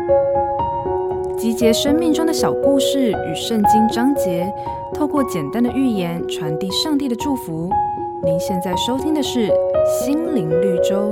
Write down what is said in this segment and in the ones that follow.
集结生命中的小故事与圣经章节，透过简单的寓言传递上帝的祝福。您现在收听的是心灵绿洲。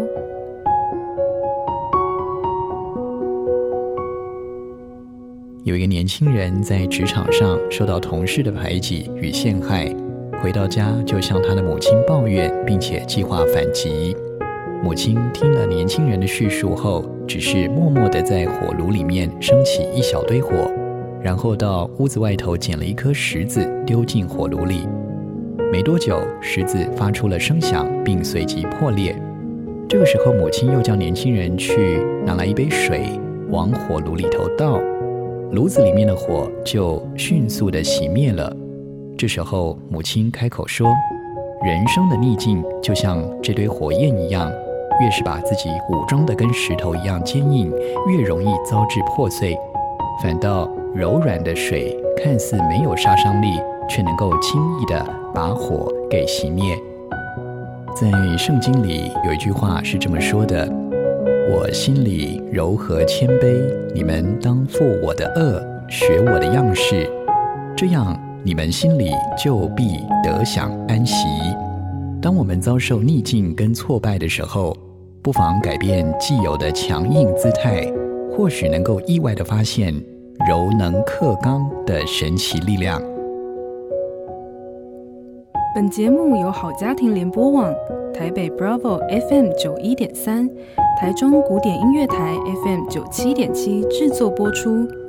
有一个年轻人在职场上受到同事的排挤与陷害，回到家就向他的母亲抱怨，并且计划反击。母亲听了年轻人的叙述后，只是默默地在火炉里面升起一小堆火，然后到屋子外头捡了一颗石子丢进火炉里。没多久，石子发出了声响，并随即破裂。这个时候，母亲又叫年轻人去拿来一杯水，往火炉里头倒，炉子里面的火就迅速地熄灭了。这时候，母亲开口说：“人生的逆境就像这堆火焰一样，越是把自己武装得跟石头一样坚硬，越容易遭致破碎。反倒柔软的水看似没有杀伤力，却能够轻易地把火给熄灭。”在圣经里有一句话是这么说的：“我心里柔和谦卑，你们当负我的恶，学我的样式，这样你们心里就必得享安息。”当我们遭受逆境跟挫败的时候，不妨改变既有的强硬姿态，或许能够意外地发现柔能克刚的神奇力量。 本节目由好家庭联播网、台北 Bravo FM 91.3、台中古典音乐台 FM 97.7制作播出。